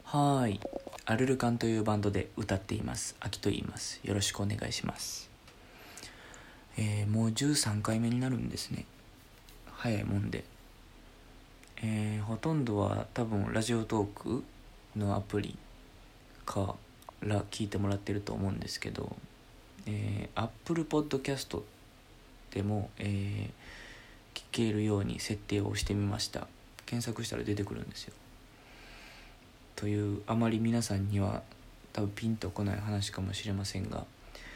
はーい、アルルカンというバンドで歌っています。アキと言います。よろしくお願いします。もう13回目になるんですね。早いもんで。ほとんどは多分ラジオトークのアプリから聞いてもらってると思うんですけど、Apple Podcast でも、聞けるように設定をしてみました。検索したら出てくるんですよ。というあまり皆さんには多分ピンとこない話かもしれませんが、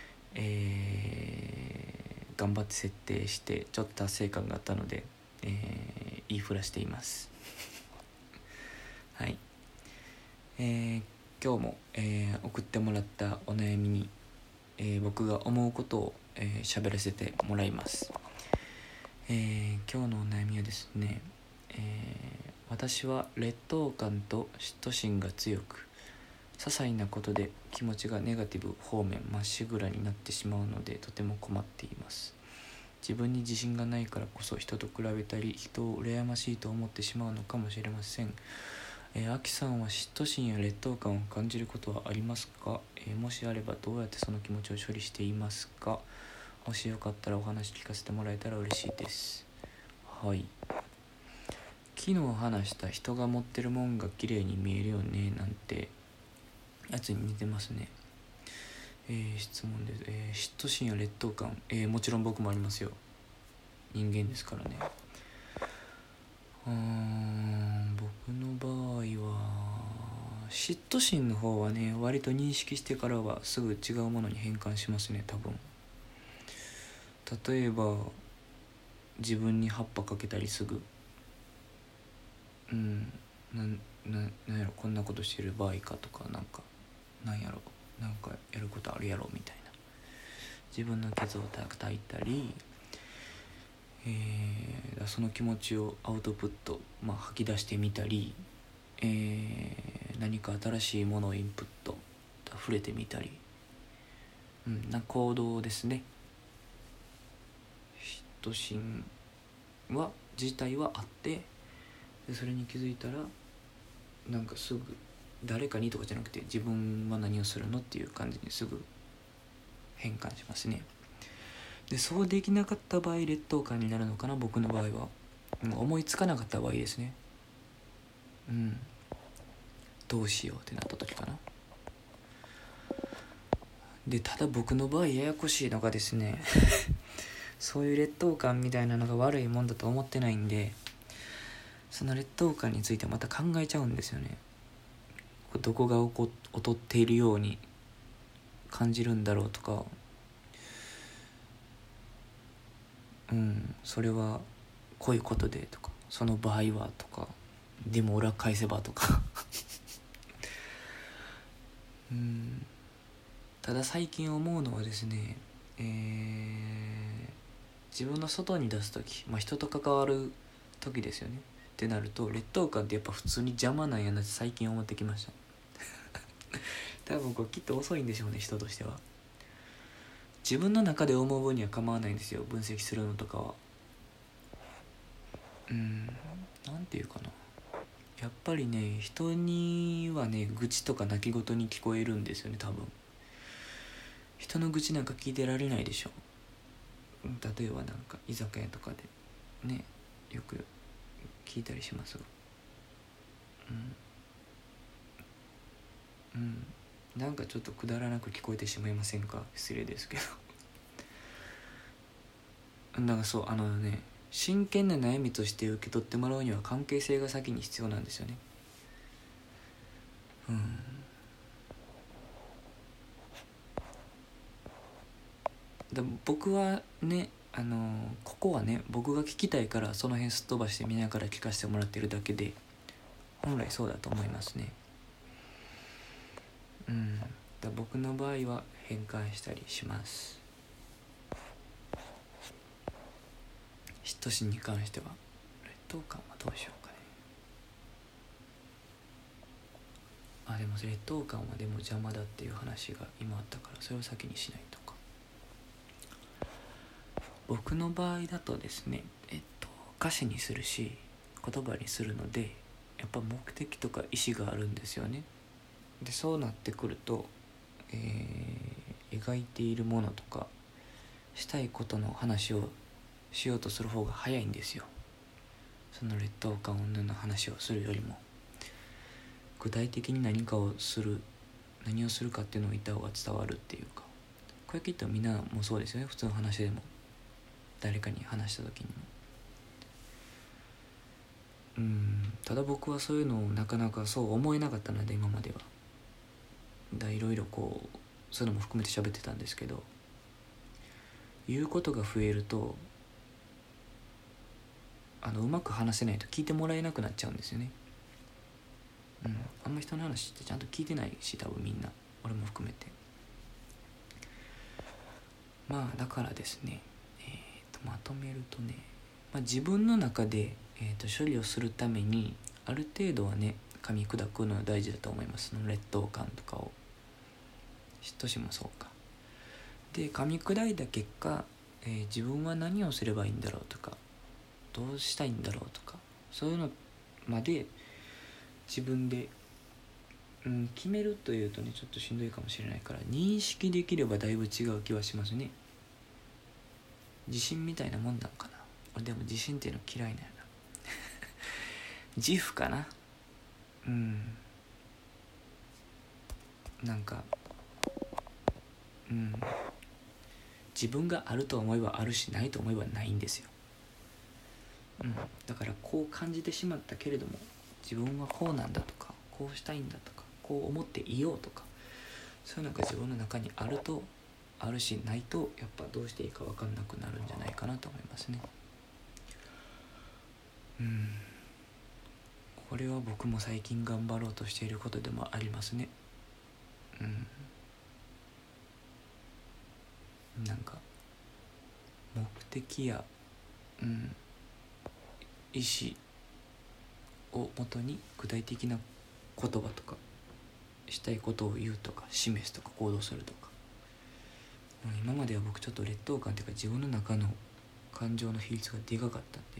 頑張って設定してちょっと達成感があったので、言いふらしていますはい、今日も、送ってもらったお悩みに、僕が思うことを喋らせてもらいます。今日のお悩みはですね、私は劣等感と嫉妬心が強く、些細なことで気持ちがネガティブ方面まっしぐらになってしまうのでとても困っています。自分に自信がないからこそ人と比べたり人を羨ましいと思ってしまうのかもしれません。アキさんは嫉妬心や劣等感を感じることはありますか？もしあればどうやってその気持ちを処理していますか？もしよかったらお話聞かせてもらえたら嬉しいです。はい、昨日話した人が持ってるもんが綺麗に見えるよねなんてやつに似てますね。質問です。嫉妬心や劣等感、もちろん僕もありますよ。人間ですからね。僕の場合は嫉妬心の方はね、割と認識してからはすぐ違うものに変換しますね、多分。例えば自分に葉っぱかけたりすぐ、なんやろ、こんなことしてる場合かとか、なんやろ、なんかやることあるやろみたいな、自分のケツを叩いたり、その気持ちをアウトプット、吐き出してみたり、何か新しいものをインプット触れてみたり、な行動ですね。嫉妬心自体はあって、でそれに気づいたらなんかすぐ誰かにとかじゃなくて、自分は何をするのっていう感じにすぐ変換しますね。でそうできなかった場合劣等感になるのかな、僕の場合は。思いつかなかった場合ですね。どうしようってなった時かな。でただ僕の場合ややこしいのがですねそういう劣等感みたいなのが悪いもんだと思ってないんで、その劣等感についてまた考えちゃうんですよね。どこが劣っているように感じるんだろうとか、それはこういうことでとか、その場合はとか、でも俺は返せばとかただ最近思うのはですね、自分の外に出す時、人と関わる時ですよねってなると、劣等感ってやっぱ普通に邪魔なんやなって最近思ってきました多分これきっと遅いんでしょうね、人としては。自分の中で思う分には構わないんですよ、分析するのとかは。なんていうかな、やっぱりね、人にはね、愚痴とか泣き言に聞こえるんですよね、多分。人の愚痴なんか聞いてられないでしょ。例えば居酒屋とかでね、よく聞いたりしますが、なんかちょっとくだらなく聞こえてしまいませんか？失礼ですけどだからそう、真剣な悩みとして受け取ってもらうには関係性が先に必要なんですよね。僕はね、ここはね、僕が聞きたいからその辺すっ飛ばして見ながら聞かせてもらってるだけで、本来そうだと思いますね。僕の場合は変換したりします。嫉妬心に関しては、劣等感はどうしようかね。でも劣等感はでも邪魔だっていう話が今あったから、それを先にしないとか。僕の場合だとですね、歌詞にするし言葉にするので、やっぱ目的とか意思があるんですよね。 でそうなってくると、描いているものとかしたいことの話をしようとする方が早いんですよ。その劣等感云々の話をするよりも具体的に何をするかっていうのを言った方が伝わるっていうか、これきっとみんなもそうですよね。普通の話でも誰かに話した時にもただ僕はそういうのをなかなかそう思えなかったので今まではいろいろこうそういうのも含めて喋ってたんですけど、言うことが増えるとうまく話せないと聞いてもらえなくなっちゃうんですよね。あんま人の話ってちゃんと聞いてないし、多分みんな、俺も含めて。まあだからですね、まとめるとね、自分の中で、処理をするためにある程度はね噛み砕くのは大事だと思います。その劣等感とかを、嫉妬心もそうか。で噛み砕いた結果、自分は何をすればいいんだろうとか、どうしたいんだろうとか、そういうのまで自分で、決めるというとねちょっとしんどいかもしれないから、認識できればだいぶ違う気はしますね。自信みたいなもんなんかな。俺でも自信っていうの嫌いなんやな自負かな。なんか自分があると思えばあるし、ないと思えばないんですよ。だからこう感じてしまったけれども、自分はこうなんだとか、こうしたいんだとか、こう思っていようとか、そういうのが自分の中にあるとあるし、ないとやっぱどうしていいか分かんなくなるんじゃないかなと思いますね。これは僕も最近頑張ろうとしていることでもありますね。なんか目的や意思をもとに具体的な言葉とかしたいことを言うとか示すとか行動するとか、今までは僕ちょっと劣等感っていうか自分の中の感情の比率がでかかったんで、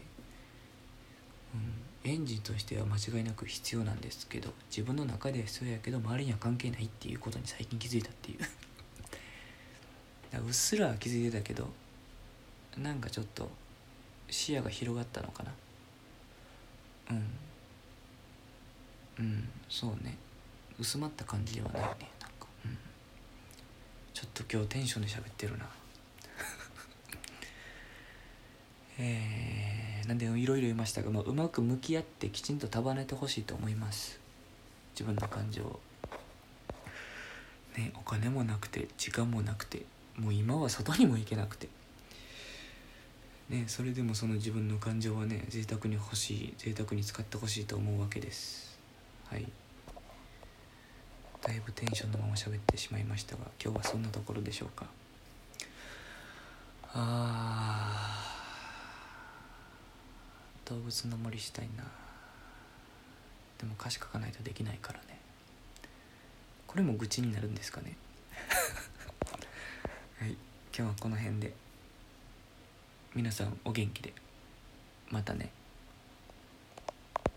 エンジンとしては間違いなく必要なんですけど、自分の中では必要やけど周りには関係ないっていうことに最近気づいたっていううっすら気づいてたけど、なんかちょっと視野が広がったのかな。そうね、薄まった感じではないね。なんか、ちょっと今日テンションで喋ってるななんでいろいろ言いましたが、うまく向き合ってきちんと束ねてほしいと思います。自分の感情ね、お金もなくて時間もなくて、もう今は外にも行けなくてね、それでもその自分の感情はね贅沢に使ってほしいと思うわけです。はい、だいぶテンションのまま喋ってしまいましたが、今日はそんなところでしょうか。動物の森したいな。でも歌詞書かないとできないからね。これも愚痴になるんですかねはい、今日はこの辺で。皆さんお元気で。またね。